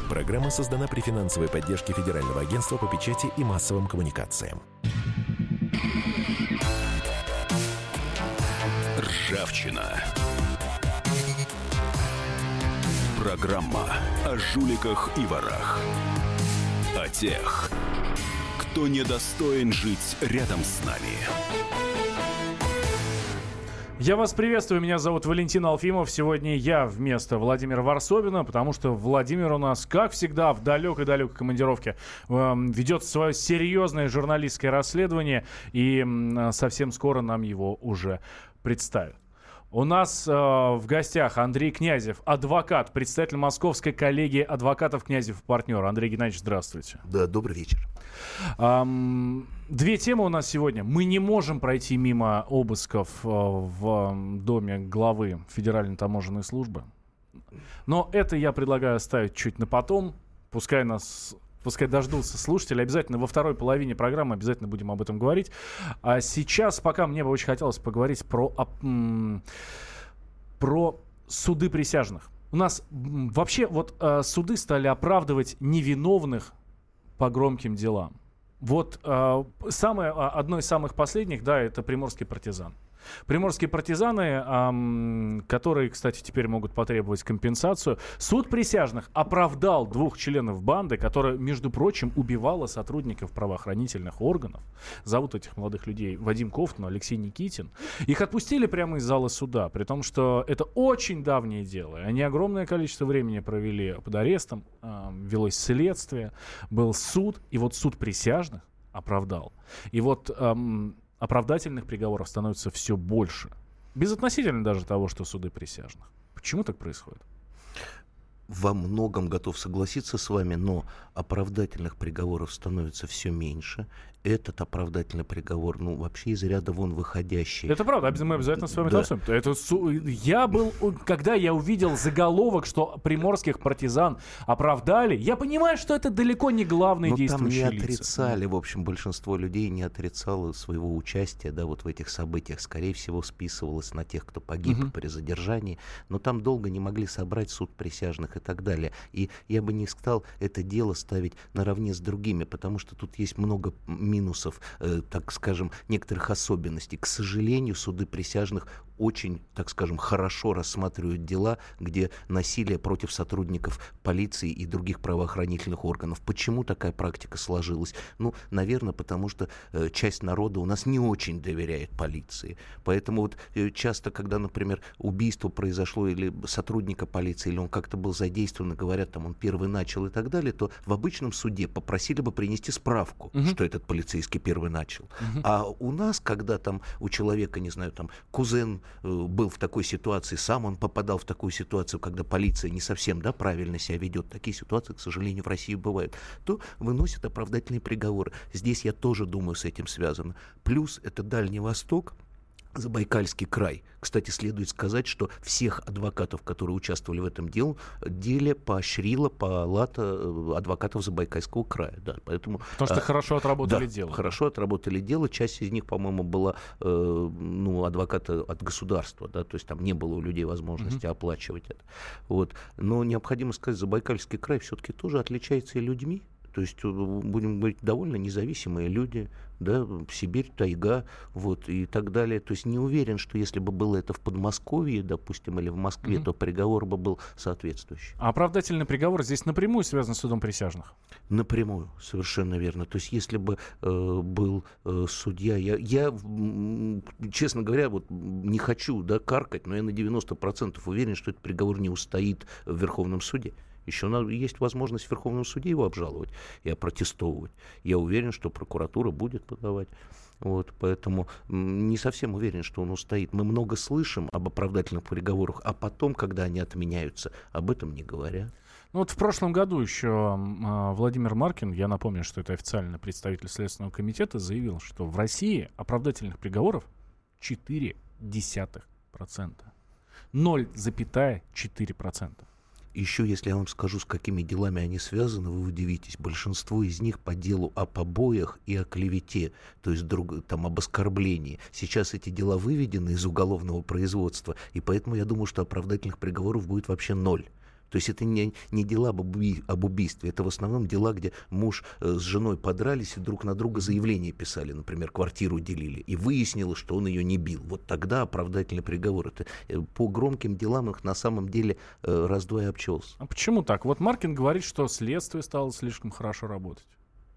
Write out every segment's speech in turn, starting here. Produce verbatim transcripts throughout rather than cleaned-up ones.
Программа создана при финансовой поддержке Федерального агентства по печати и массовым коммуникациям. Ржавчина. Программа о жуликах и ворах. О тех, кто недостоин жить рядом с нами. Я вас приветствую, меня зовут Валентин Алфимов. Сегодня я вместо Владимира Варсобина, потому что Владимир у нас, как всегда, в далекой-далекой командировке э, ведет свое серьезное журналистское расследование, и э, совсем скоро нам его уже представят. У нас э, в гостях Андрей Князев, адвокат, представитель Московской коллегии адвокатов Князев и партнер. Андрей Геннадьевич, здравствуйте. Да, добрый вечер. Эм, две темы у нас сегодня. Мы не можем пройти мимо обысков э, в доме главы Федеральной таможенной службы. Но это я предлагаю оставить чуть на потом. Пускай нас... Пускай дождутся слушатели. Обязательно во второй половине программы обязательно будем об этом говорить. А сейчас пока мне бы очень хотелось поговорить про, м- про суды присяжных. У нас м- вообще вот э, суды стали оправдывать невиновных по громким делам. Вот э, самое, одно из самых последних, да, это приморский партизан. Приморские партизаны, эм, которые, кстати, теперь могут потребовать компенсацию. Суд присяжных оправдал двух членов банды, которая, между прочим, убивала сотрудников правоохранительных органов. Зовут этих молодых людей Вадим Ковтун, Алексей Никитин. Их отпустили прямо из зала суда, при том, что это очень давнее дело. Они огромное количество времени провели под арестом, э, велось следствие, был суд, и вот суд присяжных оправдал. И вот... Эм, оправдательных приговоров становится все больше. Безотносительно даже того, что суды присяжных. Почему так происходит? Во многом готов согласиться с вами, но оправдательных приговоров становится все меньше. Этот оправдательный приговор, ну, вообще из ряда вон выходящий. Это правда, мы обязательно с вами да. это обсудим. Это су... Я был, когда я увидел заголовок, что приморских партизан оправдали, я понимаю, что это далеко не главные но действующие там не лица. отрицали, в общем, большинство людей не отрицало своего участия, да, вот в этих событиях. Скорее всего, списывалось на тех, кто погиб угу. при задержании. Но там долго не могли собрать суд присяжных и так далее. И я бы не стал это дело ставить наравне с другими, потому что тут есть много минусов, э, так скажем, некоторых особенностей. К сожалению, суды присяжных очень, так скажем, хорошо рассматривают дела, где насилие против сотрудников полиции и других правоохранительных органов. Почему такая практика сложилась? Ну, наверное, потому что э, часть народа у нас не очень доверяет полиции. Поэтому вот э, часто, когда, например, убийство произошло или сотрудника полиции, или он как-то был задействован, и говорят, там, он первый начал и так далее, то в обычном суде попросили бы принести справку, угу. что этот полицейский первый начал. Угу. А у нас, когда там у человека, не знаю, там, кузен был в такой ситуации, сам он попадал в такую ситуацию, когда полиция не совсем, да, правильно себя ведет, такие ситуации, к сожалению, в России бывают, то выносят оправдательные приговоры. Здесь я тоже думаю, с этим связано. Плюс это Дальний Восток, Забайкальский край. Кстати, следует сказать, что всех адвокатов, которые участвовали в этом деле, деле поощрила палата адвокатов Забайкальского края. Да, поэтому, Потому что а, хорошо отработали да, дело. хорошо отработали дело. Часть из них, по-моему, была э, ну, адвоката от государства. Да, то есть там не было у людей возможности mm-hmm. оплачивать это. Вот. Но необходимо сказать, Забайкальский край все-таки тоже отличается и людьми. То есть, будем говорить, довольно независимые люди, да, Сибирь, тайга, вот, и так далее. То есть не уверен, что если бы было это в Подмосковье, допустим, или в Москве, mm-hmm. то приговор бы был соответствующий. А оправдательный приговор здесь напрямую связан с судом присяжных? Напрямую, совершенно верно. То есть если бы э, был э, судья, я, я, честно говоря, вот не хочу, да, каркать, но я на девяносто процентов уверен, что этот приговор не устоит в Верховном суде. Еще есть возможность в Верховном суде его обжаловать и опротестовывать. Я уверен, что прокуратура будет подавать. Вот, поэтому не совсем уверен, что он устоит. Мы много слышим об оправдательных приговорах, а потом, когда они отменяются, об этом не говорят. Ну вот в прошлом году еще э, Владимир Маркин, я напомню, что это официальный представитель Следственного комитета, заявил, что в России оправдательных приговоров четыре десятых процента. ноль целых четыре десятых процента. Еще, если я вам скажу, с какими делами они связаны, вы удивитесь. Большинство из них по делу о побоях и о клевете, то есть друг, там, об оскорблении. Сейчас эти дела выведены из уголовного производства, и поэтому я думаю, что оправдательных приговоров будет вообще ноль. То есть это не, не дела об, уби- об убийстве, это в основном дела, где муж э, с женой подрались и друг на друга заявления писали, например, квартиру делили, и выяснилось, что он ее не бил. Вот тогда оправдательный приговор. Это, э, по громким делам их на самом деле э, раз-два и обчелся. А почему так? Вот Маркин говорит, что следствие стало слишком хорошо работать.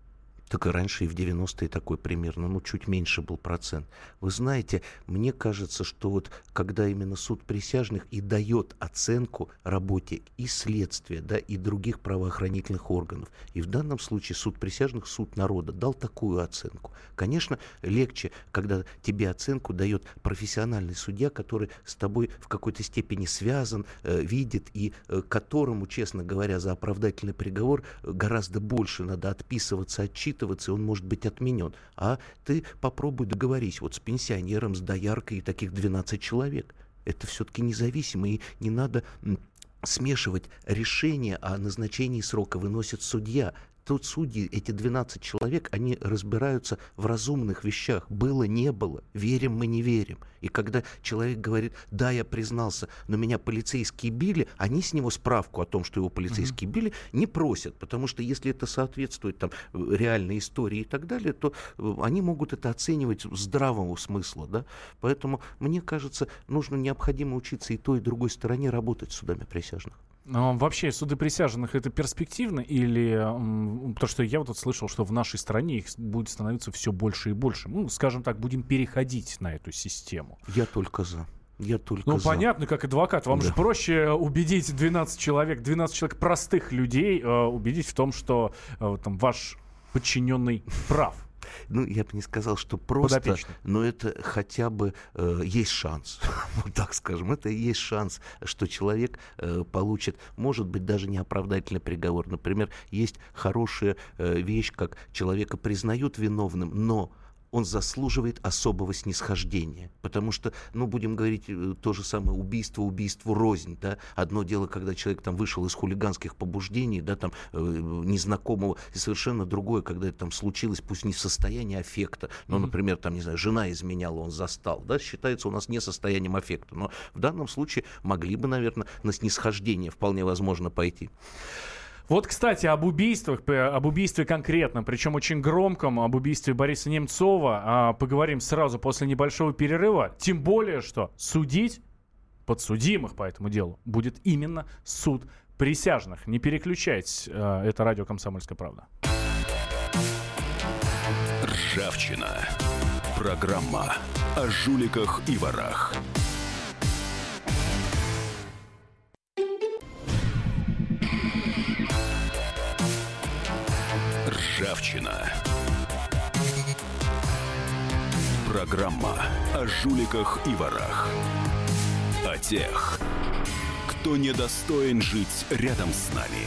Так и раньше, и в девяностые такой примерно, ну, чуть меньше был процент. Вы знаете, мне кажется, что вот когда именно суд присяжных и дает оценку работе и следствия, да, и других правоохранительных органов, и в данном случае суд присяжных, суд народа дал такую оценку. Конечно, легче, когда тебе оценку дает профессиональный судья, который с тобой в какой-то степени связан, э, видит, и э, которому, честно говоря, за оправдательный приговор гораздо больше надо отписываться, отчитываться, и он может быть отменен. А ты попробуй договорись вот с пенсионером, с дояркой, и таких двенадцать человек. Это все-таки независимо, и не надо смешивать решение о назначении срока выносит судья. Тут судьи, эти двенадцать человек, они разбираются в разумных вещах. Было, не было, верим мы, не верим. И когда человек говорит, да, я признался, но меня полицейские били, они с него справку о том, что его полицейские mm-hmm. били, не просят. Потому что если это соответствует там, реальной истории и так далее, то они могут это оценивать здравого смысла. Да? Поэтому, мне кажется, нужно необходимо учиться и той, и другой стороне работать с судами присяжных. Но вообще суды присяжных это перспективно или то, что я вот тут слышал, что в нашей стране их будет становиться все больше и больше. Ну, скажем так, будем переходить на эту систему. Я только за. Я только ну, за. Понятно, как адвокат. Вам да. же проще убедить двенадцать человек, двенадцать человек простых людей, убедить в том, что там, ваш подчиненный прав. Ну, я бы не сказал, что просто, но это хотя бы э, есть шанс, вот так скажем, это есть шанс, что человек э, получит, может быть, даже не оправдательный приговор. Например, есть хорошая э, вещь, как человека признают виновным, но он заслуживает особого снисхождения. Потому что, ну, будем говорить, то же самое убийство, убийству рознь, да. Одно дело, когда человек там вышел из хулиганских побуждений, да, там, э, незнакомого, и совершенно другое, когда это там случилось, пусть не в состоянии аффекта, но, mm-hmm. например, там, не знаю, жена изменяла, он застал, да, считается у нас не состоянием аффекта. Но в данном случае могли бы, наверное, на снисхождение вполне возможно пойти. Вот, кстати, об убийствах, об убийстве конкретно, причем очень громком, об убийстве Бориса Немцова, поговорим сразу после небольшого перерыва. Тем более, что судить подсудимых по этому делу будет именно суд присяжных. Не переключайтесь, это радио «Комсомольская правда». Ржавчина. Программа о жуликах и ворах. Ржавчина. Программа о жуликах и ворах. О тех, кто недостоин жить рядом с нами.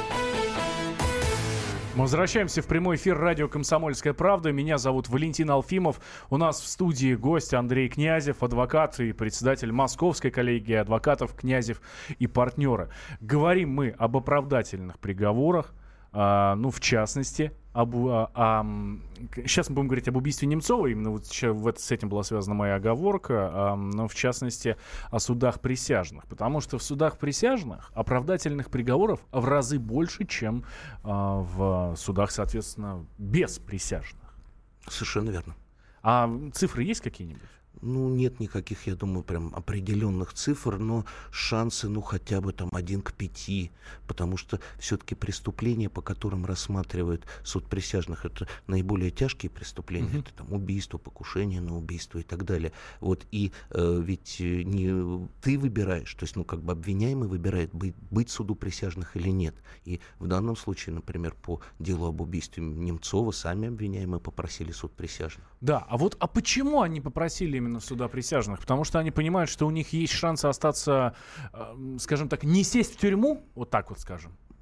Мы возвращаемся в прямой эфир радио «Комсомольская правда». Меня зовут Валентин Алфимов. У нас в студии гость Андрей Князев, адвокат и председатель Московской коллегии адвокатов Князев и партнеры. Говорим мы об оправдательных приговорах. А, ну, в частности, об, а, а, сейчас мы будем говорить об убийстве Немцова, именно вот в, с этим была связана моя оговорка, а, но в частности о судах присяжных, потому что в судах присяжных оправдательных приговоров в разы больше, чем а, в судах, соответственно, без присяжных. Совершенно верно. А цифры есть какие-нибудь? Ну, нет никаких, я думаю, прям определенных цифр, но шансы, ну, хотя бы там один к пяти, потому что все-таки преступления, по которым рассматривает суд присяжных, это наиболее тяжкие преступления, mm-hmm. это там убийство, покушение на убийство и так далее. Вот, и э, ведь не ты выбираешь, то есть, ну, как бы обвиняемый выбирает, быть, быть суду присяжных или нет. И в данном случае, например, по делу об убийстве Немцова сами обвиняемые попросили суд присяжных. Да, а вот, а почему они попросили именно суда присяжных? Потому что они понимают, что у них есть шансы остаться, э, скажем так, не сесть в тюрьму, вот так вот скажем.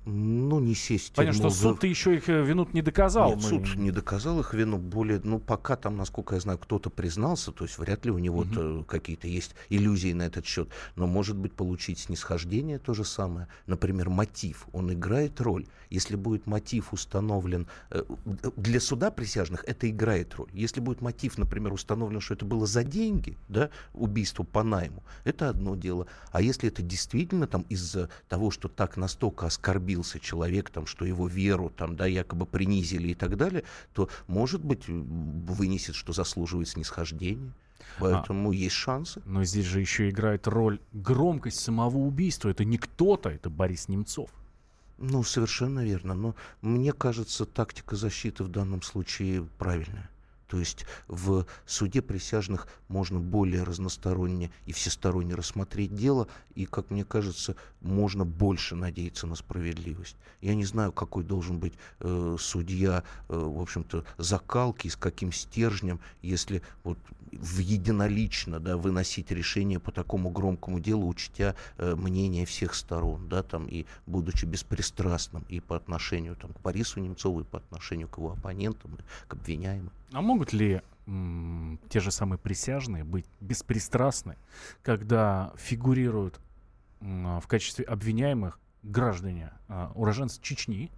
Ну, не сесть в Понятно, тюрьму что за- суд-то еще их э, вину не доказал. Нет, Мы- суд не доказал их вину. Более, ну, пока там, насколько я знаю, кто-то признался, то есть вряд ли у него Мгм. какие-то есть иллюзии на этот счет. Но, может быть, получить снисхождение то же самое. Например, мотив, он играет роль. Если будет мотив установлен э, для суда присяжных, это играет роль. Если будет мотив, например, установлен, что это было за деньги, да, убийство по найму, это одно дело. А если это действительно там из-за того, что так настолько оскорбился человек, там, что его веру там, да, якобы принизили и так далее, то, может быть, вынесет, что заслуживает снисхождения. Поэтому а, есть шансы. Но здесь же еще играет роль громкость самого убийства. Это не кто-то, это Борис Немцов. Ну, совершенно верно. Но мне кажется, тактика защиты в данном случае правильная. То есть в суде присяжных можно более разносторонне и всесторонне рассмотреть дело, и, как мне кажется, можно больше надеяться на справедливость. Я не знаю, какой должен быть э, судья, э, в общем-то, закалки, с каким стержнем, если вот в единолично, да, выносить решение по такому громкому делу, учтя э, мнение всех сторон, да, там, и будучи беспристрастным и по отношению там, к Борису Немцову, и по отношению к его оппонентам, и к обвиняемым. А могут ли м, те же самые присяжные быть беспристрастны, когда фигурируют м, в качестве обвиняемых граждане, а, уроженцы Чечни,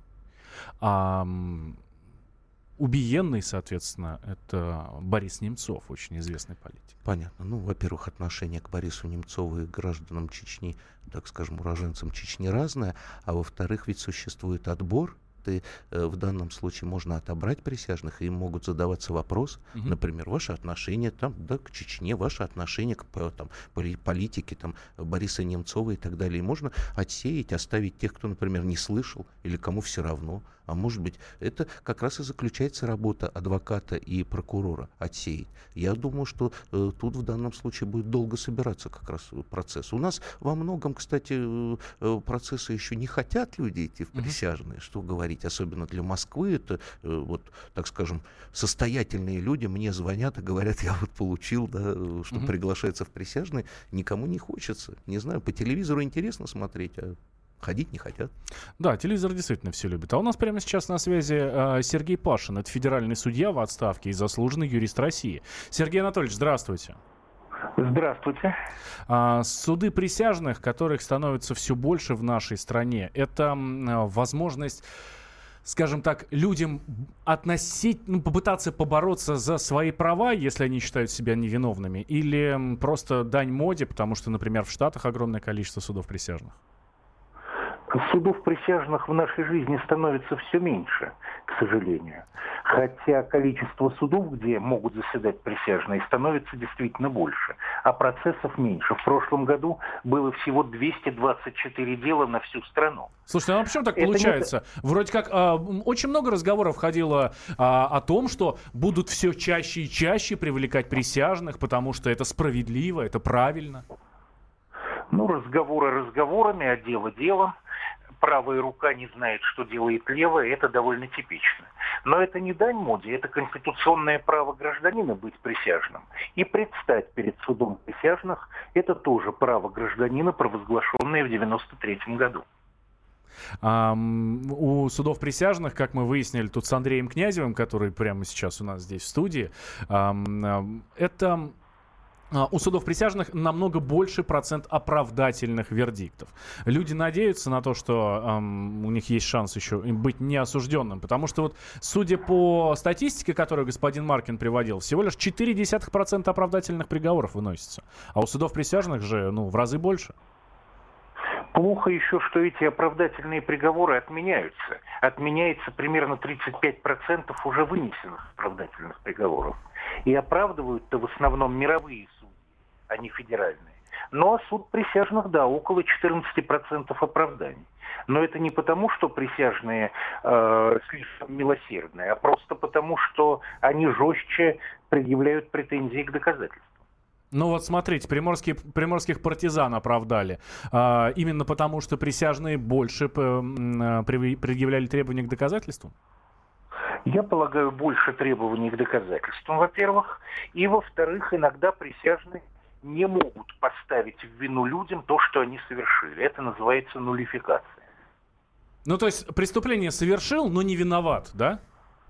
а м, убиенный, соответственно, это Борис Немцов, очень известный политик? Понятно. Ну, во-первых, отношение к Борису Немцову и гражданам Чечни, так скажем, уроженцам Чечни разное, а во-вторых, ведь существует отбор. Ты, э, в данном случае можно отобрать присяжных, и им могут задаваться вопросы, Мгм. например, ваше отношение там, да, к Чечне, ваше отношение к по- там, поли- политике там, Бориса Немцова и так далее. И можно отсеять, оставить тех, кто, например, не слышал или кому все равно. А может быть, это как раз и заключается работа адвоката и прокурора — отсеять. Я думаю, что э, тут в данном случае будет долго собираться как раз процесс. У нас во многом, кстати, э, э, процессы еще не хотят люди идти в Мгм. присяжные, что говорить, особенно для Москвы. Это, э, вот, так скажем, состоятельные люди мне звонят и говорят, я вот получил, да, э, что Мгм. приглашается в присяжные. Никому не хочется. Не знаю, по телевизору интересно смотреть, а ходить не хотят. Да, телевизор действительно все любит. А у нас прямо сейчас на связи э, Сергей Пашин. Это федеральный судья в отставке и заслуженный юрист России. Сергей Анатольевич, здравствуйте. Здравствуйте. А, суды присяжных, которых становится все больше в нашей стране, это м, возможность, скажем так, людям относить, ну, попытаться побороться за свои права, если они считают себя невиновными, или м, просто дань моде, потому что, например, в Штатах огромное количество судов присяжных? Судов присяжных в нашей жизни становится все меньше, к сожалению. Хотя количество судов, где могут заседать присяжные, становится действительно больше, а процессов меньше. В прошлом году было всего двести двадцать четыре дела на всю страну. Слушайте, ну а почему так Это получается? Вроде как а, м, очень много разговоров ходило а, о том, что будут все чаще и чаще привлекать присяжных, потому что это справедливо, это правильно. Ну, разговоры разговорами, а дело делом. Правая рука не знает, что делает левая, это довольно типично. Но это не дань моде, это конституционное право гражданина быть присяжным. И предстать перед судом присяжных – это тоже право гражданина, провозглашенное в девяносто третьем году. А, м, у судов присяжных, как мы выяснили тут с Андреем Князевым, который прямо сейчас у нас здесь в студии, а, м, а, это... А, у судов присяжных намного больше процент оправдательных вердиктов. Люди надеются на то, что эм, у них есть шанс еще быть неосужденным, потому что вот, судя по статистике, которую господин Маркин приводил, всего лишь четыре десятых процента оправдательных приговоров выносится. А у судов присяжных же, ну, в разы больше. Плохо еще, что эти оправдательные приговоры отменяются. Отменяется примерно тридцать пять процентов уже вынесенных оправдательных приговоров. И оправдывают-то в основном мировые судьи, а не федеральные. Ну а суд присяжных, да, около четырнадцать процентов оправданий. Но это не потому, что присяжные э, слишком милосердные, а просто потому, что они жестче предъявляют претензии к доказательствам. Ну вот смотрите, приморские, приморских партизан оправдали. А, именно потому, что присяжные больше п- м, предъявляли требования к доказательствам? Я полагаю, больше требований к доказательствам, во-первых. И, во-вторых, иногда присяжные не могут поставить в вину людям то, что они совершили. Это называется нуллификация. Ну, то есть преступление совершил, но не виноват, да?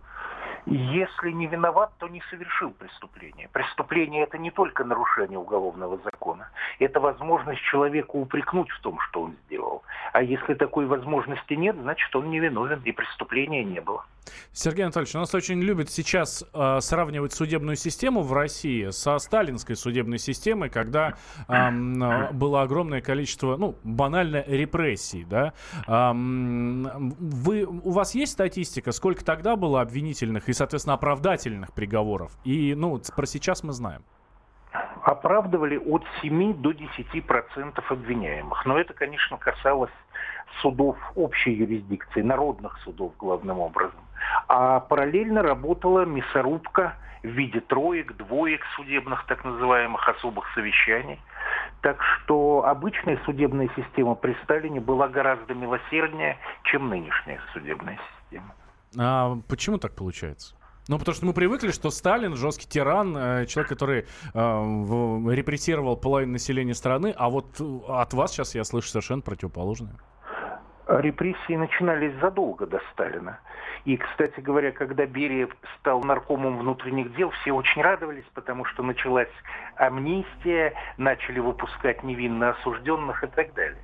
Если не виноват, то не совершил преступление. Преступление – это не только нарушение уголовного закона. Это возможность человека упрекнуть в том, что он сделал. А если такой возможности нет, значит, он не виновен, и преступления не было. Сергей Анатольевич, у нас очень любят сейчас э, сравнивать судебную систему в России со сталинской судебной системой, когда э, было огромное количество, ну, банально, репрессий, да? Э, вы, у вас есть статистика, сколько тогда было обвинительных и, соответственно, оправдательных приговоров? И, ну, про сейчас мы знаем. Оправдывали от семи до десяти процентов обвиняемых. Но это, конечно, касалось судов общей юрисдикции, народных судов главным образом. А параллельно работала мясорубка в виде троек, двоек судебных, так называемых, особых совещаний. Так что обычная судебная система при Сталине была гораздо милосерднее, чем нынешняя судебная система. А почему так получается? Ну, потому что мы привыкли, что Сталин жесткий тиран, человек, который э, в, репрессировал половину населения страны, а вот от вас сейчас я слышу совершенно противоположное. Репрессии начинались задолго до Сталина. И, кстати говоря, когда Берия стал наркомом внутренних дел, все очень радовались, потому что началась амнистия, начали выпускать невинно осужденных и так далее.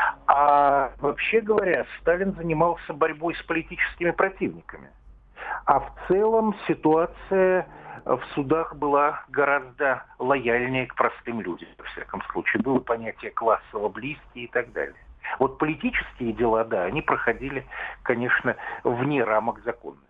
А вообще говоря, Сталин занимался борьбой с политическими противниками. А в целом ситуация в судах была гораздо лояльнее к простым людям, во всяком случае. Было понятие классово близкие и так далее. Вот политические дела, да, они проходили, конечно, вне рамок законности.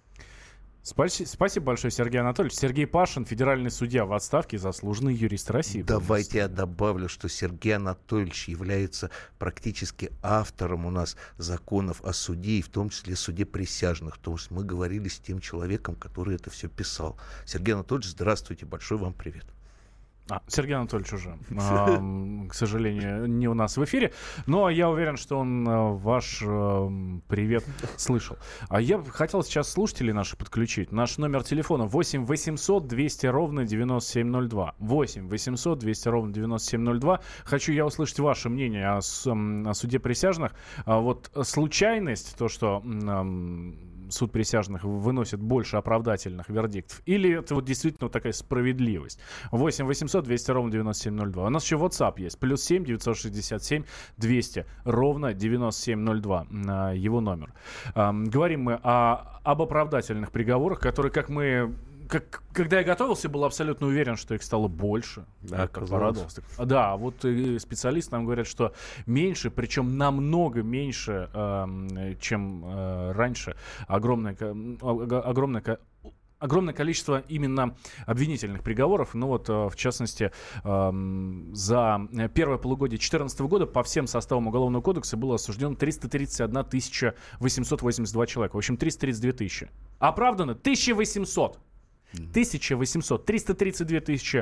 Спасибо, спасибо большое, Сергей Анатольевич. Сергей Пашин, федеральный судья в отставке, заслуженный юрист России. Давайте я добавлю, что Сергей Анатольевич является практически автором у нас законов о суде, и в том числе суде присяжных. То есть мы говорили с тем человеком, который это все писал. Сергей Анатольевич, здравствуйте, большой вам привет. А, Сергей Анатольевич уже, э, к сожалению, не у нас в эфире, но я уверен, что он э, ваш э, привет слышал. А я хотел сейчас слушателей наших подключить. Наш номер телефона восемь восемьсот двести ровно девяносто семь ноль два. восемь восемьсот двести ровно девяносто семь ноль два. Хочу я услышать ваше мнение о, о суде присяжных. А вот случайность, то, что э, суд присяжных выносит больше оправдательных вердиктов, или это вот действительно вот такая справедливость? восемь восемьсот двести ровно девяносто семь ноль два. У нас еще WhatsApp есть. Плюс семь девятьсот шестьдесят семь двести ровно девяносто семь ноль два. Его номер. Говорим мы о, об оправдательных приговорах, которые, как мы... Как, когда я готовился, был абсолютно уверен, что их стало больше. Да, как порадовался. Да, вот специалисты нам говорят, что меньше, причем намного меньше, э, чем э, раньше. Огромное, огромное, огромное количество именно обвинительных приговоров. Ну вот, в частности, э, за первое полугодие две тысячи четырнадцатого года по всем составам Уголовного кодекса было осуждено триста тридцать одна тысяча восемьсот восемьдесят два человека. В общем, триста тридцать две тысячи. Оправдано тысяча восемьсот. тысяча восемьсот. триста тридцать две тысячи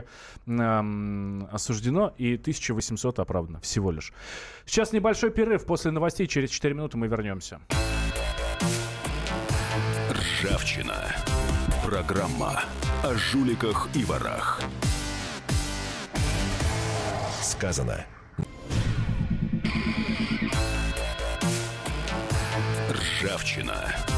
эм, осуждено и тысяча восемьсот оправдано всего лишь. Сейчас небольшой перерыв. После новостей через четыре минуты мы вернемся. Ржавчина. Программа о жуликах и ворах. Сказано. Ржавчина.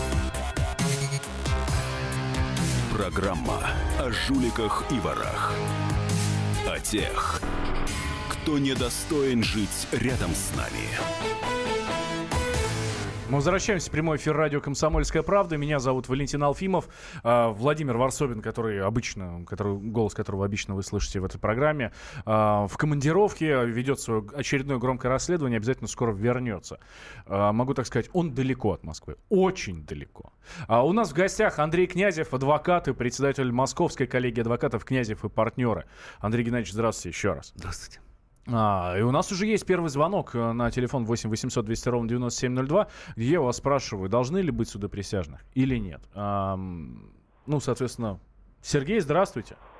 Программа о жуликах и ворах. О тех, кто недостоин жить рядом с нами. Мы возвращаемся в прямой эфир радио «Комсомольская правда». Меня зовут Валентин Алфимов. Владимир Варсобин, который обычно, который, голос которого обычно вы слышите в этой программе, в командировке, ведет свое очередное громкое расследование, обязательно скоро вернется. Могу так сказать, он далеко от Москвы. Очень далеко. У нас в гостях Андрей Князев, адвокат и председатель Московской коллегии адвокатов «Князев и партнеры». Андрей Геннадьевич, здравствуйте еще раз. Здравствуйте. А, и у нас уже есть первый звонок на телефон восемь восемьсот двести ровно девяносто семь ноль два, где я вас спрашиваю, должны ли быть суды присяжных или нет. А, ну, соответственно, Сергей, здравствуйте.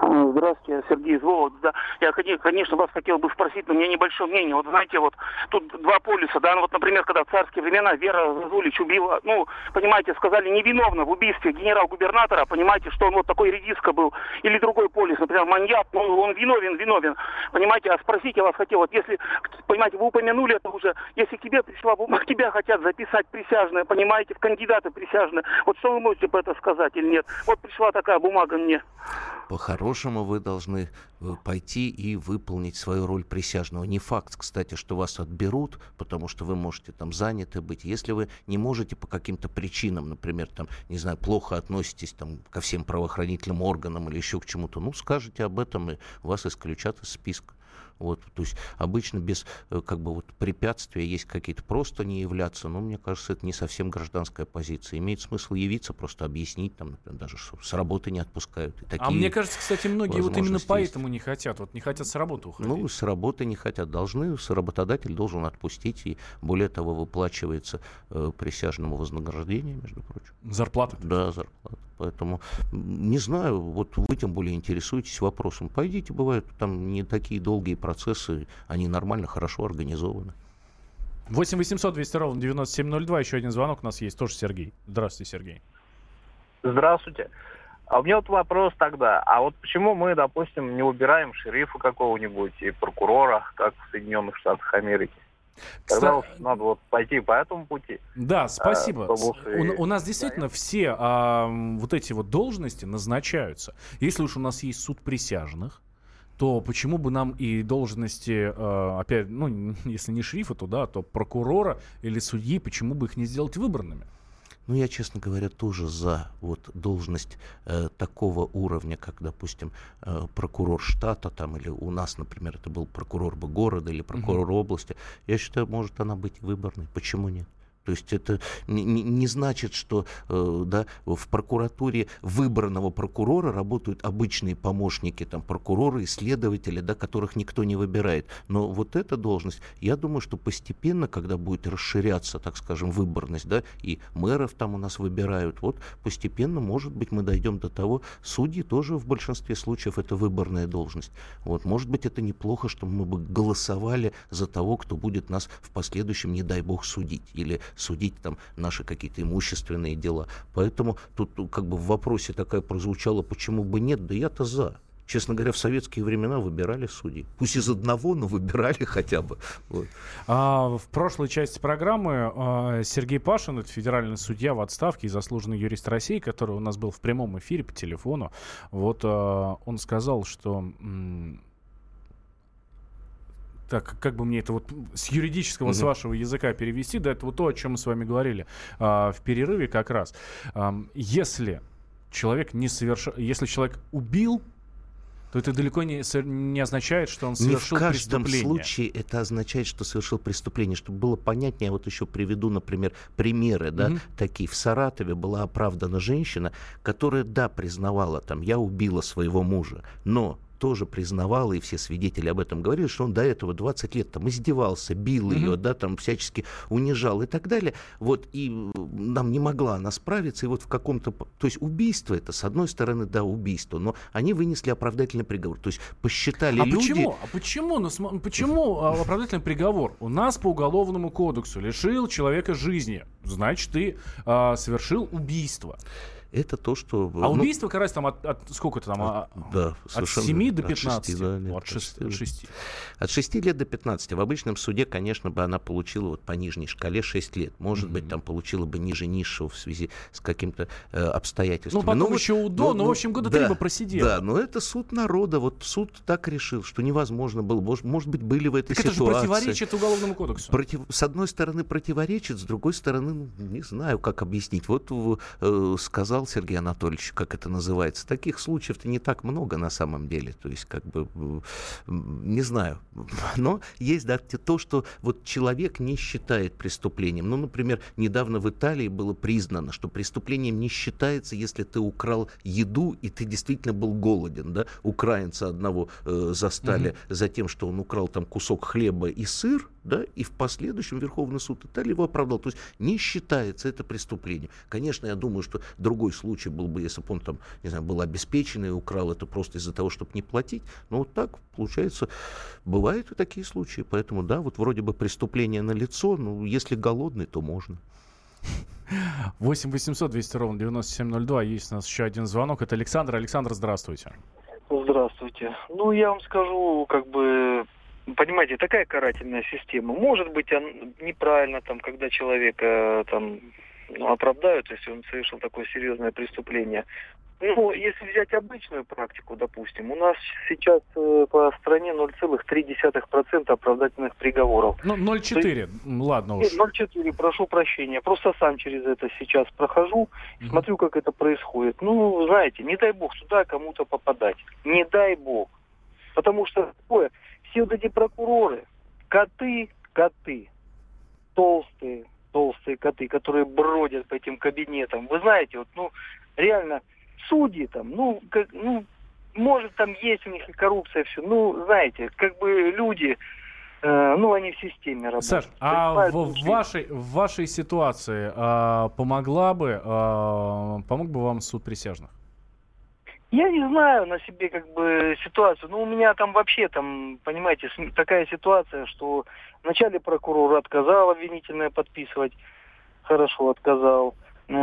Здравствуйте, Сергей из Вологды. Да. Я, конечно, вас хотел бы спросить, но у меня небольшое мнение. Вот знаете, вот тут два полюса, да, ну вот, например, когда в царские времена Вера Зазулич убила, ну, понимаете, сказали невиновна в убийстве генерал-губернатора, понимаете, что он вот такой редиска был. Или другой полюс, например, маньяк, ну, он виновен, виновен. Понимаете, а спросить я вас хотел, вот если, понимаете, вы упомянули это уже, если к тебе пришла бумага, тебя хотят записать присяжные, понимаете, в кандидаты присяжные, вот что вы можете по это сказать или нет? Вот пришла такая бумага мне. По-хорошему вы должны пойти и выполнить свою роль присяжного. Не факт, кстати, что вас отберут, потому что вы можете там заняты быть. Если вы не можете по каким-то причинам, например, там, не знаю, плохо относитесь там ко всем правоохранительным органам или еще к чему-то, ну, скажете об этом, и вас исключат из списка. Вот, то есть обычно без как бы вот препятствия есть какие-то, просто не являться, но мне кажется, это не совсем гражданская позиция. Имеет смысл явиться, просто объяснить, там, например, даже что с работы не отпускают. И такие а мне кажется, кстати, многие вот именно поэтому есть. Не хотят, вот не хотят с работы уходить. Ну, с работы не хотят, должны, работодатель должен отпустить, и более того, выплачивается э, присяжному вознаграждение, между прочим. Зарплата? Да, зарплата. Поэтому, не знаю, вот вы тем более интересуетесь вопросом. Пойдите, бывают там не такие долгие процессы, они нормально, хорошо организованы. восемь восемьсот двести ровно девяносто семь ноль два, еще один звонок у нас есть, тоже Сергей. Здравствуйте, Сергей. Здравствуйте. А у меня вот вопрос тогда, а вот почему мы, допустим, не убираем шерифа какого-нибудь и прокурора, как в Соединенных Штатах Америки? Тогда уж надо вот пойти по этому пути. Да, спасибо. А, у, у нас действительно все а, вот эти вот должности назначаются. Если уж у нас есть суд присяжных, то почему бы нам и должности, а, опять, ну, если не шерифа, то да, то прокурора или судьи, почему бы их не сделать выборными? Ну, я, честно говоря, тоже за вот должность э, такого уровня, как, допустим, э, прокурор штата, там, или у нас, например, это был прокурор бы города или прокурор uh-huh. области. Я считаю, может она быть выборной. Почему нет? То есть это не, не, не значит, что э, да, в прокуратуре выбранного прокурора работают обычные помощники, там, прокуроры, исследователи, да, которых никто не выбирает. Но вот эта должность, я думаю, что постепенно, когда будет расширяться, так скажем, выборность, да, и мэров там у нас выбирают, вот постепенно, может быть, мы дойдем до того, судьи тоже в большинстве случаев это выборная должность. Вот, может быть, это неплохо, что мы бы голосовали за того, кто будет нас в последующем, не дай бог, судить. Или судить там наши какие-то имущественные дела. Поэтому тут как бы в вопросе такая прозвучала, почему бы нет, да я-то за. Честно говоря, в советские времена выбирали судей. Пусть из одного, но выбирали хотя бы. Вот. А, в прошлой части программы а, Сергей Пашин, это федеральный судья в отставке и заслуженный юрист России, который у нас был в прямом эфире по телефону, вот а, он сказал, что... М- Так, как бы мне это вот с юридического, mm-hmm. с вашего языка перевести, да, это вот то, о чем мы с вами говорили а, в перерыве как раз. А, если человек не совершил, если человек убил, то это далеко не, не означает, что он совершил преступление. Не в каждом преступление. случае это означает, что совершил преступление. Чтобы было понятнее, я вот еще приведу, например, примеры, да, mm-hmm. такие. В Саратове была оправдана женщина, которая, да, признавала, там, я убила своего мужа, но тоже признавала, и все свидетели об этом говорили, что он до этого двадцать лет там издевался, бил mm-hmm. ее, да, там всячески унижал и так далее. Вот, и нам не могла она справиться, и вот в каком-то... То есть убийство это, с одной стороны, да, убийство, но они вынесли оправдательный приговор. То есть посчитали а люди... Почему? А почему? Ну, почему оправдательный приговор? У нас по Уголовному кодексу лишил человека жизни, значит, ты а, совершил убийство. Это то, что... А ну, убийство как раз там от, от сколько это там? От, да, от семи до пятнадцати. От шести, да, нет, от, шести, от шести. От шести лет до пятнадцати. В обычном суде, конечно, бы она получила вот по нижней шкале шесть лет. Может mm-hmm. быть, там получила бы ниже низшего в связи с каким-то э, обстоятельствами. Ну, потом ну, еще УДО, ну, но, в общем, года да, три бы просидела. Да, но это суд народа. Вот суд так решил, что невозможно было. Может, может быть, были в этой так ситуации. Это же противоречит Уголовному кодексу. Против... С одной стороны, противоречит, с другой стороны, ну, не знаю, как объяснить. Вот э, сказал Сергей Анатольевич, как это называется. Таких случаев-то не так много на самом деле. То есть, как бы, не знаю. Но есть, да, то, что вот человек не считает преступлением. Ну, например, недавно в Италии было признано, что преступлением не считается, если ты украл еду, и ты действительно был голоден, да. Украинца одного э, застали mm-hmm. за тем, что он украл там кусок хлеба и сыр, да, и в последующем Верховный суд Италии его оправдал. То есть не считается это преступлением. Конечно, я думаю, что другой случай был бы, если бы он там, не знаю, был обеспеченный и украл это просто из-за того, чтобы не платить. Но вот так, получается, бывают и такие случаи. Поэтому, да, вот вроде бы преступление налицо, ну, если голодный, то можно. восемь восемьсот двести ровно девяносто семь ноль два. Есть у нас еще один звонок. Это Александр. Александр, здравствуйте. Здравствуйте. Ну, я вам скажу, как бы, понимаете, такая карательная система. Может быть, она неправильно, там, когда человека там, ну, оправдают, если он совершил такое серьезное преступление. Ну, если взять обычную практику, допустим, у нас сейчас э, по стране ноль целых три десятых процента оправдательных приговоров. Ну, ноль целых четыре десятых, есть... ладно уж. ноль целых четыре десятых, прошу прощения. Просто сам через это сейчас прохожу, mm-hmm. смотрю, как это происходит. Ну, знаете, не дай бог сюда кому-то попадать. Не дай бог. Потому что такое, все вот эти прокуроры, коты, коты, толстые, толстые коты, которые бродят по этим кабинетам. Вы знаете, вот, ну, реально... Судьи там, ну, как, ну, может, там есть у них и коррупция, все. Ну, знаете, как бы люди, э, ну, они в системе работают. Саш, а в, в, вашей, в вашей ситуации э, помогла бы, э, помог бы вам суд присяжных? Я не знаю на себе, как бы, ситуацию. Ну, у меня там вообще, там, понимаете, такая ситуация, что вначале прокурор отказал обвинительное подписывать, хорошо отказал.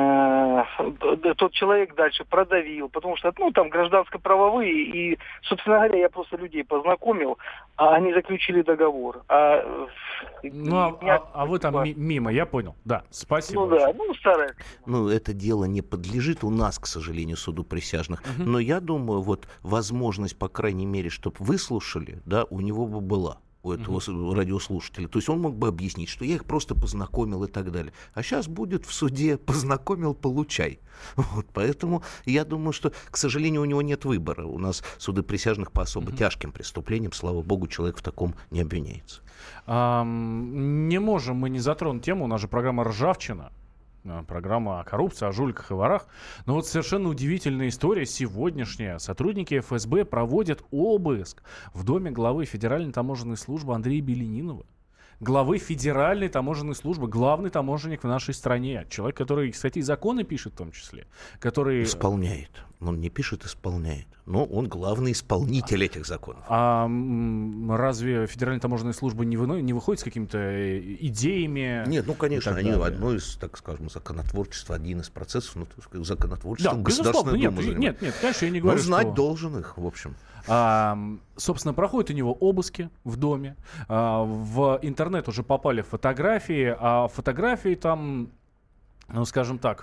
Тот человек дальше продавил, потому что, ну, там гражданско-правовые, и, собственно говоря, я просто людей познакомил, а они заключили договор. А, ну, а, а, а вы там ми- мимо, я понял. Да, спасибо. Ну, да, ну, старая. Ну, это дело не подлежит у нас, к сожалению, суду присяжных. Uh-huh. Но я думаю, вот возможность, по крайней мере, чтобы выслушали, да, у него бы была. У этого uh-huh. радиослушателя. То есть он мог бы объяснить, что я их просто познакомил и так далее. А сейчас будет в суде познакомил, получай. Вот, поэтому я думаю, что, к сожалению, у него нет выбора. У нас суды присяжных по особо uh-huh. тяжким преступлениям, слава богу, человек в таком не обвиняется. А, не можем мы не затронуть тему. У нас же программа «Ржавчина». Программа о коррупции, о жуликах и ворах. Но вот совершенно удивительная история сегодняшняя. Сотрудники эф эс бэ проводят обыск в доме главы Федеральной таможенной службы Андрея Беленинова. Главы Федеральной таможенной службы, главный таможенник в нашей стране. Человек, который, кстати, и законы пишет в том числе. Который... Исполняет. Он не пишет, исполняет. Но он главный исполнитель этих законов. А разве Федеральная таможенная служба не, вы, не выходит с какими-то идеями? Нет, ну, конечно, они одно из, так скажем, законотворчества, один из процессов, ну, законотворчества да, Государственная нет, Дума. Нет, нет, конечно, я не говорю, Но знать что... должен их, в общем. А, собственно, проходят у него обыски в доме. А, в интернет уже попали фотографии, а фотографии там, ну, скажем так,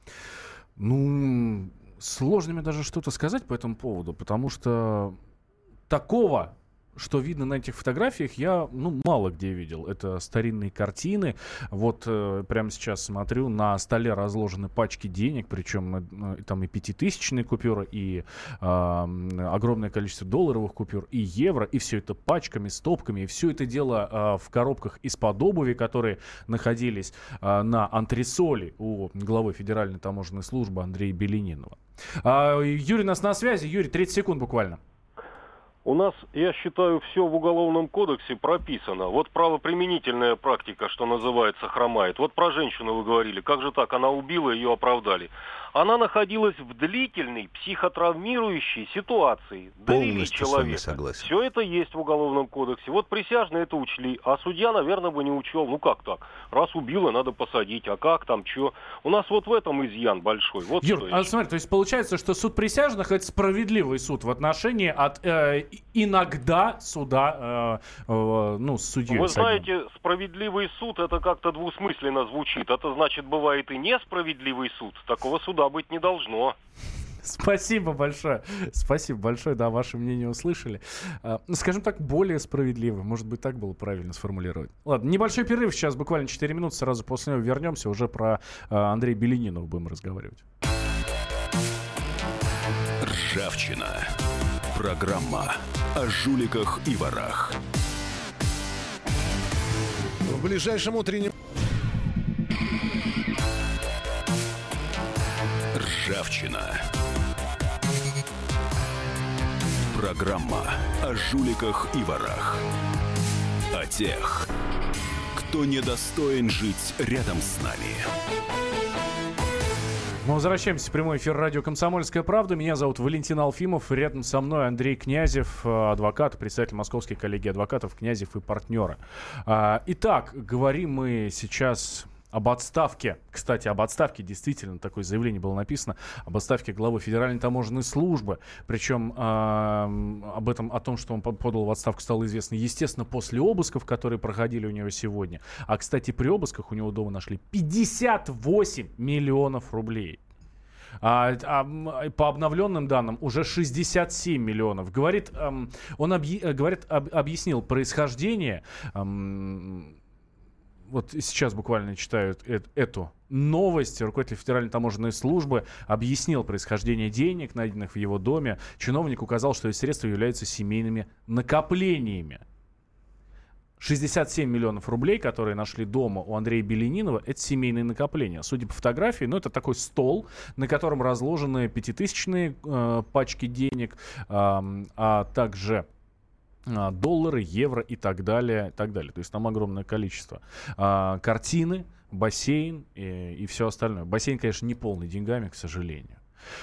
ну, сложно мне даже что-то сказать по этому поводу, потому что такого, что видно на этих фотографиях, я, ну, мало где видел. Это старинные картины. Вот э, прямо сейчас смотрю, на столе разложены пачки денег, причем э, там и пятитысячные купюры, и э, огромное количество долларовых купюр, и евро, и все это пачками, стопками, и все это дело э, в коробках из-под обуви, которые находились э, на антресоли у главы Федеральной таможенной службы Андрея Беленинова. А, Юрий у нас на связи. Юрий, тридцать секунд буквально. У нас, я считаю, все в Уголовном кодексе прописано. Вот правоприменительная практика, что называется, хромает. Вот про женщину вы говорили. Как же так? Она убила, ее оправдали. Она находилась в длительной психотравмирующей ситуации. Довели человека. Согласен. Все это есть в Уголовном кодексе. Вот присяжные это учли. А судья, наверное, бы не учел. Ну как так? Раз убила, надо посадить. А как там, что? У нас вот в этом изъян большой. Вот Юр, а смотри, то есть получается, что суд присяжных — это справедливый суд в отношении от э, иногда суда, э, э, ну, с судьей. Вы знаете, справедливый суд — это как-то двусмысленно звучит. Это значит, бывает и несправедливый суд. Такого суда быть не должно. Спасибо большое. Спасибо большое, да, ваше мнение услышали. А, ну, скажем так, более справедливо. Может быть, так было правильно сформулировать. Ладно, небольшой перерыв. Сейчас буквально четыре минуты. Сразу после него вернемся. Уже про а, Андрея Беленинова будем разговаривать. Ржавчина. Программа о жуликах и ворах. В ближайшем утреннем... Ржавчина. Программа о жуликах и ворах. О тех, кто недостоин жить рядом с нами. Мы возвращаемся в прямой эфир радио «Комсомольская правда». Меня зовут Валентин Алфимов. Рядом со мной Андрей Князев, адвокат, председатель Московской коллегии адвокатов «Князев и партнеры». Итак, говорим мы сейчас об отставке. Кстати, об отставке действительно такое заявление было написано. Об отставке главы Федеральной таможенной службы. Причем э, об этом, о том, что он подал в отставку, стало известно, естественно, после обысков, которые проходили у него сегодня. А, кстати, при обысках у него дома нашли пятьдесят восемь миллионов рублей. А, а, по обновленным данным уже шестьдесят семь миллионов. Говорит, эм, он объ... говорит, об... объяснил происхождение. Эм, Вот сейчас буквально читаю эту новость. Руководитель Федеральной таможенной службы объяснил происхождение денег, найденных в его доме. Чиновник указал, что эти средства являются семейными накоплениями. шестьдесят семь миллионов рублей, которые нашли дома у Андрея Беленинова, это семейные накопления. Судя по фотографии, ну, это такой стол, на котором разложены пятитысячные э, пачки денег, э, а также доллары, евро и так далее, и так далее. То есть там огромное количество. А, картины, бассейн и, и все остальное. Бассейн, конечно, не полный деньгами, к сожалению.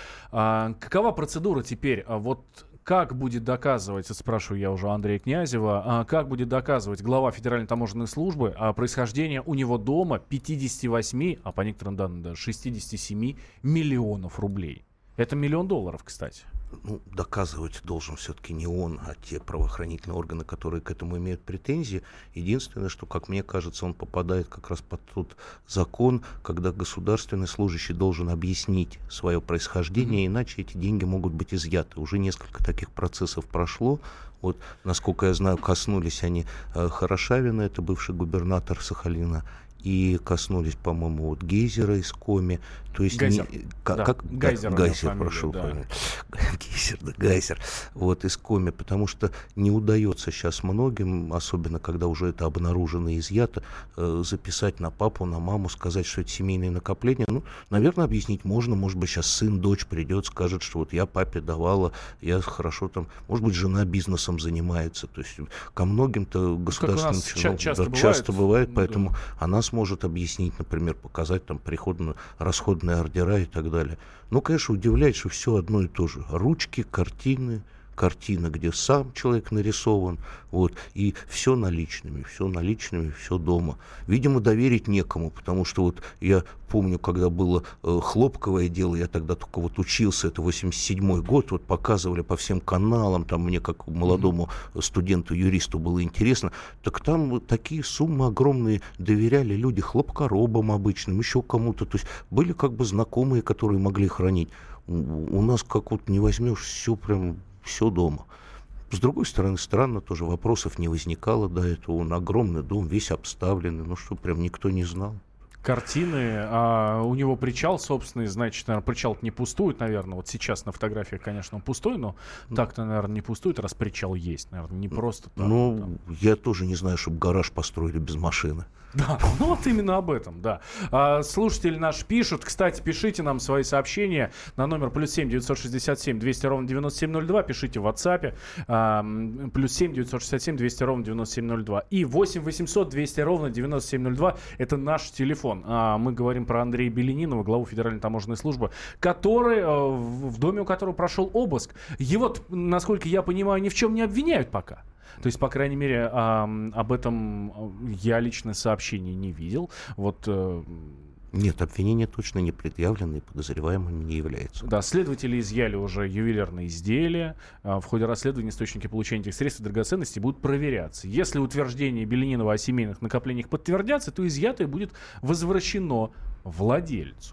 А, какова процедура теперь? А вот как будет доказывать, спрашиваю я уже Андрея Князева, а как будет доказывать глава Федеральной таможенной службы а, происхождение у него дома пятьдесят восемь, а по некоторым данным даже шестьдесят семь миллионов рублей? Это миллион долларов, кстати. Ну, доказывать должен все-таки не он, а те правоохранительные органы, которые к этому имеют претензии. Единственное, что, как мне кажется, он попадает как раз под тот закон, когда государственный служащий должен объяснить свое происхождение, mm-hmm. иначе эти деньги могут быть изъяты. Уже несколько таких процессов прошло. Вот, насколько я знаю, коснулись они э, Хорошавина, это бывший губернатор Сахалина, и коснулись, по-моему, вот Гейзера из Коми. То есть Гайзер. Не, как, да. как, Гайзер, Гайзер, фамилия, прошу. да. Гейзер, да, Гайзер. Вот, из Коми. Потому что не удается сейчас многим, особенно когда уже это обнаружено и изъято, э, записать на папу, на маму, сказать, что это семейные накопления. Ну, наверное, объяснить можно. Может быть, сейчас сын, дочь придет, скажет, что вот я папе давала, я хорошо там... Может быть, жена бизнесом занимается. То есть ко многим-то государственным чиновникам часто, да, бывает. часто бывает, поэтому да. она сможет объяснить, например, показать там приходно-расходные ордера и так далее. Ну, конечно, удивляет, что все одно и то же. Ручки, картины, картина, где сам человек нарисован, вот, и все наличными, все наличными, все дома. Видимо, доверить некому, потому что вот я помню, когда было э, хлопковое дело, я тогда только вот учился, это восемьдесят седьмой год, вот показывали по всем каналам, там мне как молодому студенту-юристу было интересно, так там вот такие суммы огромные доверяли люди хлопкоробам обычным, еще кому-то, то есть были как бы знакомые, которые могли хранить. У, у нас как вот не возьмешь все прям все дома. С другой стороны, странно, тоже вопросов не возникало до этого. Он огромный дом, весь обставленный. Ну что, прям никто не знал. Картины, а у него причал собственный, значит, наверное, причал не пустует, наверное. Вот сейчас на фотографиях, конечно, он пустой, но так-то, наверное, не пустует, раз причал есть, наверное, не просто так. Ну, там. Я тоже не знаю, чтобы гараж построили без машины. Да, ну вот именно об этом, да. А, слушатели наши пишут. Кстати, пишите нам свои сообщения на номер плюс семь девятьсот шестьдесят семь двести ровно девяносто семь ноль два. Пишите в WhatsApp. А, плюс семь девятьсот шестьдесят семь двести ровно девяносто семь ноль два. И восемь восемьсот двести ровно девяносто семь ноль два. Это наш телефон. А, мы говорим про Андрея Беленинова, главу Федеральной таможенной службы, который, в доме у которого прошел обыск. Его, насколько я понимаю, ни в чем не обвиняют пока. То есть, по крайней мере, э, об этом я лично сообщений не видел. Вот, э, Нет, обвинения точно не предъявлены и подозреваемыми не являются. Да, следователи изъяли уже ювелирные изделия. Э, в ходе расследования источники получения этих средств и драгоценностей будут проверяться. Если утверждения Беленинова о семейных накоплениях подтвердятся, то изъятое будет возвращено владельцу.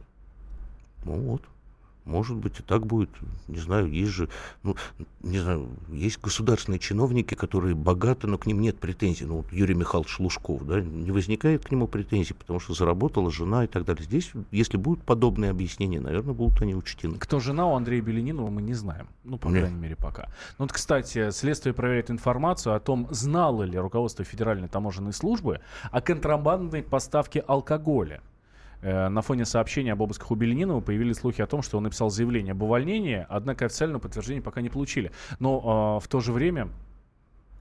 Ну вот. Может быть, и так будет. Не знаю, есть же, ну, не знаю, есть государственные чиновники, которые богаты, но к ним нет претензий. Ну, вот Юрий Михайлович Лужков, да, не возникает к нему претензий, потому что заработала жена и так далее. Здесь, если будут подобные объяснения, наверное, будут они учтены. Кто жена у Андрея Беленинова, мы не знаем. Ну, по Нет. крайней мере, пока. Ну, вот, кстати, следствие проверяет информацию о том, знало ли руководство Федеральной таможенной службы о контрабандной поставке алкоголя. На фоне сообщения об обысках у Беленинова появились слухи о том, что он написал заявление об увольнении, однако официального подтверждения пока не получили. Но э, в то же время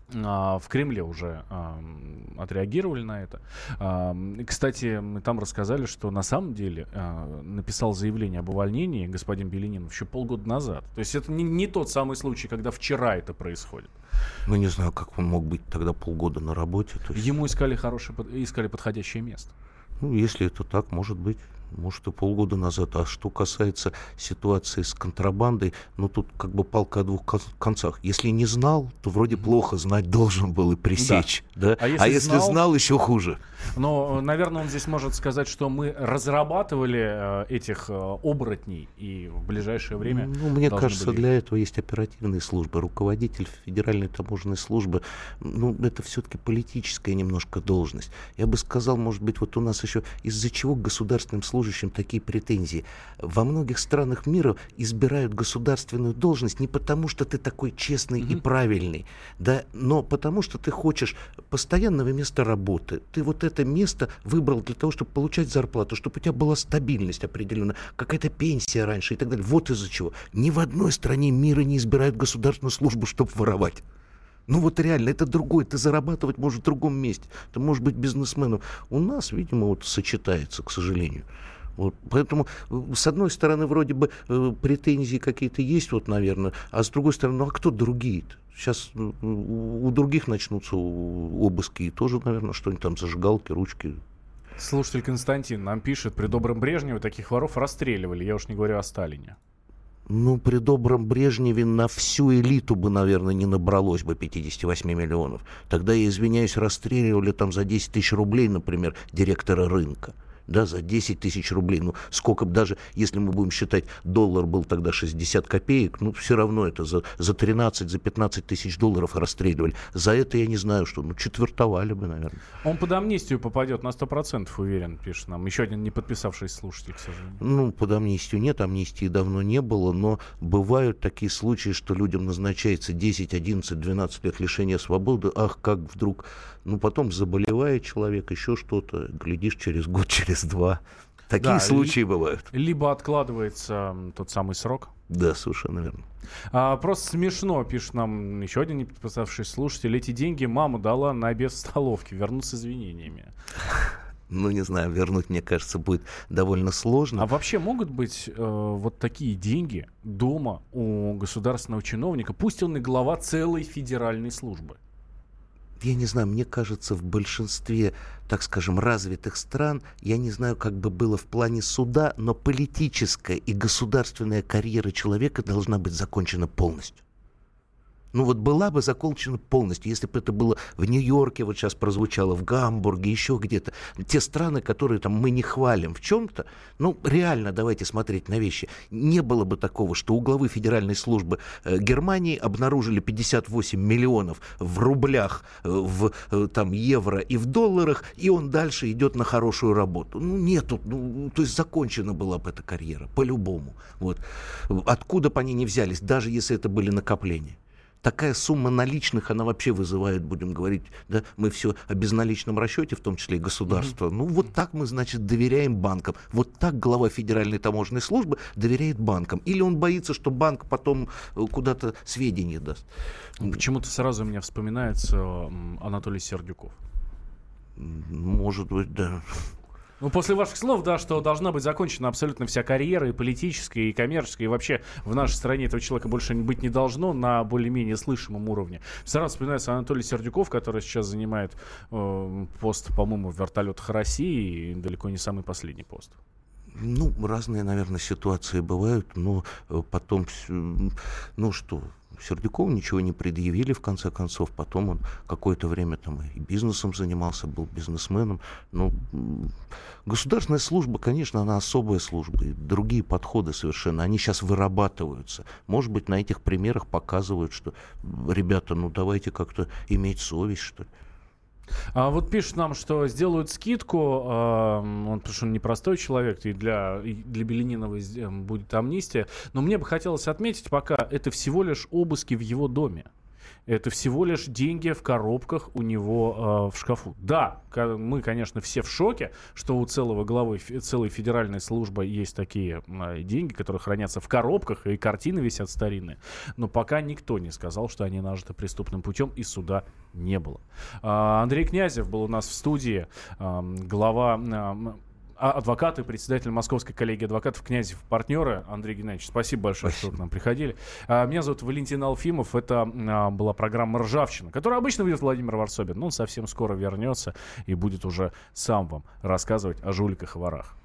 В Кремле уже а, отреагировали на это. А, кстати, мы там рассказали, что на самом деле а, написал заявление об увольнении господин Беленинов еще полгода назад. То есть это не, не тот самый случай, когда вчера это происходит. Ну, не знаю, как он мог быть тогда полгода на работе. То есть... Ему искали, хорошее, искали подходящее место. Ну, если это так, может быть. Может, и полгода назад. А что касается ситуации с контрабандой, ну, тут как бы палка о двух концах. Если не знал, то вроде плохо, знать должен был и пресечь. Да. Да? А если, а если знал, знал, еще хуже. Но, наверное, он здесь может сказать, что мы разрабатывали э, этих э, оборотней, и в ближайшее время... Ну, мне кажется, были... для этого есть оперативные службы. Руководитель Федеральной таможенной службы, ну, это все-таки политическая немножко должность. Я бы сказал, может быть, вот у нас еще из-за чего к государственным служащим такие претензии. Во многих странах мира избирают государственную должность не потому, что ты такой честный mm-hmm. и правильный, да, но потому, что ты хочешь постоянного места работы. Ты вот это место выбрал для того, чтобы получать зарплату, чтобы у тебя была стабильность определенная, какая-то пенсия раньше и так далее. Вот из-за чего. Ни в одной стране мира не избирают государственную службу, чтобы воровать. Ну вот реально, это другое. Ты зарабатывать можешь в другом месте. Ты можешь быть бизнесменом. У нас, видимо, вот сочетается, к сожалению. Вот. Поэтому, с одной стороны, вроде бы э, претензии какие-то есть, вот, наверное, а с другой стороны, ну а кто другие-то? Сейчас э, у других начнутся обыски, и тоже, наверное, что-нибудь там, зажигалки, ручки. Слушатель Константин нам пишет, при добром Брежневе таких воров расстреливали, я уж не говорю о Сталине. Ну, при добром Брежневе на всю элиту бы, наверное, не набралось бы пятьдесят восемь миллионов. Тогда, я извиняюсь, расстреливали там за десять тысяч рублей, например, директора рынка. Да, за десять тысяч рублей. Ну, сколько бы, даже если мы будем считать, доллар был тогда шестьдесят копеек, ну, все равно это за, за тринадцать, за пятнадцать тысяч долларов расстреливали. За это я не знаю, что, ну, четвертовали бы, наверное. Он под амнистию попадет на сто процентов, уверен, пишет нам. Еще один не подписавшийся слушатель, к сожалению. Ну, под амнистию нет, амнистии давно не было, но бывают такие случаи, что людям назначается десять, одиннадцать, двенадцать лет лишения свободы. Ах, как вдруг... Ну, потом заболевает человек, еще что-то, глядишь, через год, через два. Такие да, случаи ли, бывают. Либо откладывается тот самый срок. Да, совершенно верно. А, просто смешно, пишет нам еще один не подписавшийся слушатель. Эти деньги мама дала на обед в столовке. Верну с извинениями. Ну, не знаю, вернуть, мне кажется, будет довольно сложно. А вообще могут быть э, вот такие деньги дома у государственного чиновника, пусть он и глава целой федеральной службы? Я не знаю, мне кажется, в большинстве, так скажем, развитых стран, я не знаю, как бы было в плане суда, но политическая и государственная карьера человека должна быть закончена полностью. Ну вот была бы закончена полностью, если бы это было в Нью-Йорке, вот сейчас прозвучало, в Гамбурге, еще где-то. Те страны, которые там мы не хвалим в чем-то, ну реально давайте смотреть на вещи. Не было бы такого, что у главы Федеральной службы э, Германии обнаружили пятьдесят восемь миллионов в рублях, э, в э, там, евро и в долларах, и он дальше идет на хорошую работу. Ну нету, ну, то есть закончена была бы эта карьера, по-любому. Вот. Откуда бы они ни взялись, даже если это были накопления. Такая сумма наличных, она вообще вызывает, будем говорить, да, мы все о безналичном расчете, в том числе и государство. Mm-hmm. Ну, вот так мы, значит, доверяем банкам. Вот так глава Федеральной таможенной службы доверяет банкам. Или он боится, что банк потом куда-то сведения даст. Почему-то сразу у меня вспоминается Анатолий Сердюков. Может быть, да. Ну, после ваших слов, да, что должна быть закончена абсолютно вся карьера, и политическая, и коммерческая, и вообще в нашей стране этого человека больше быть не должно на более-менее слышимом уровне. Сразу вспоминается Анатолий Сердюков, который сейчас занимает э, пост, по-моему, в вертолетах России, и далеко не самый последний пост. Ну, разные, наверное, ситуации бывают, но потом, ну что... Сердюкову ничего не предъявили, в конце концов. Потом он какое-то время там и бизнесом занимался, был бизнесменом. Но государственная служба, конечно, она особая служба. И другие подходы совершенно, они сейчас вырабатываются. Может быть, на этих примерах показывают, что, ребята, ну давайте как-то иметь совесть, что ли. А вот пишут нам, что сделают скидку, э, он, потому что он непростой человек, и для, и для Беленинова будет амнистия, но мне бы хотелось отметить, пока это всего лишь обыски в его доме. Это всего лишь деньги в коробках у него э, в шкафу. Да, мы, конечно, все в шоке, что у целого главы, целой федеральной службы есть такие э, деньги, которые хранятся в коробках, и картины висят старинные. Но пока никто не сказал, что они нажиты преступным путем, и суда не было. Э, Андрей Князев был у нас в студии, э, глава... Э, адвокат и председатель Московской коллегии адвокатов Князев партнеры. Андрей Геннадьевич, спасибо большое, спасибо. что к нам приходили. Меня зовут Валентин Алфимов. Это была программа «Ржавчина», которую обычно ведет Владимир Варсобин. Но он совсем скоро вернется и будет уже сам вам рассказывать о жуликах и ворах.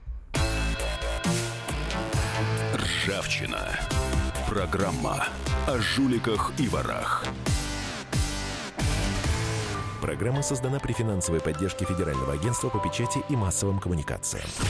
«Ржавчина». Программа о жуликах и ворах. Программа создана при финансовой поддержке Федерального агентства по печати и массовым коммуникациям.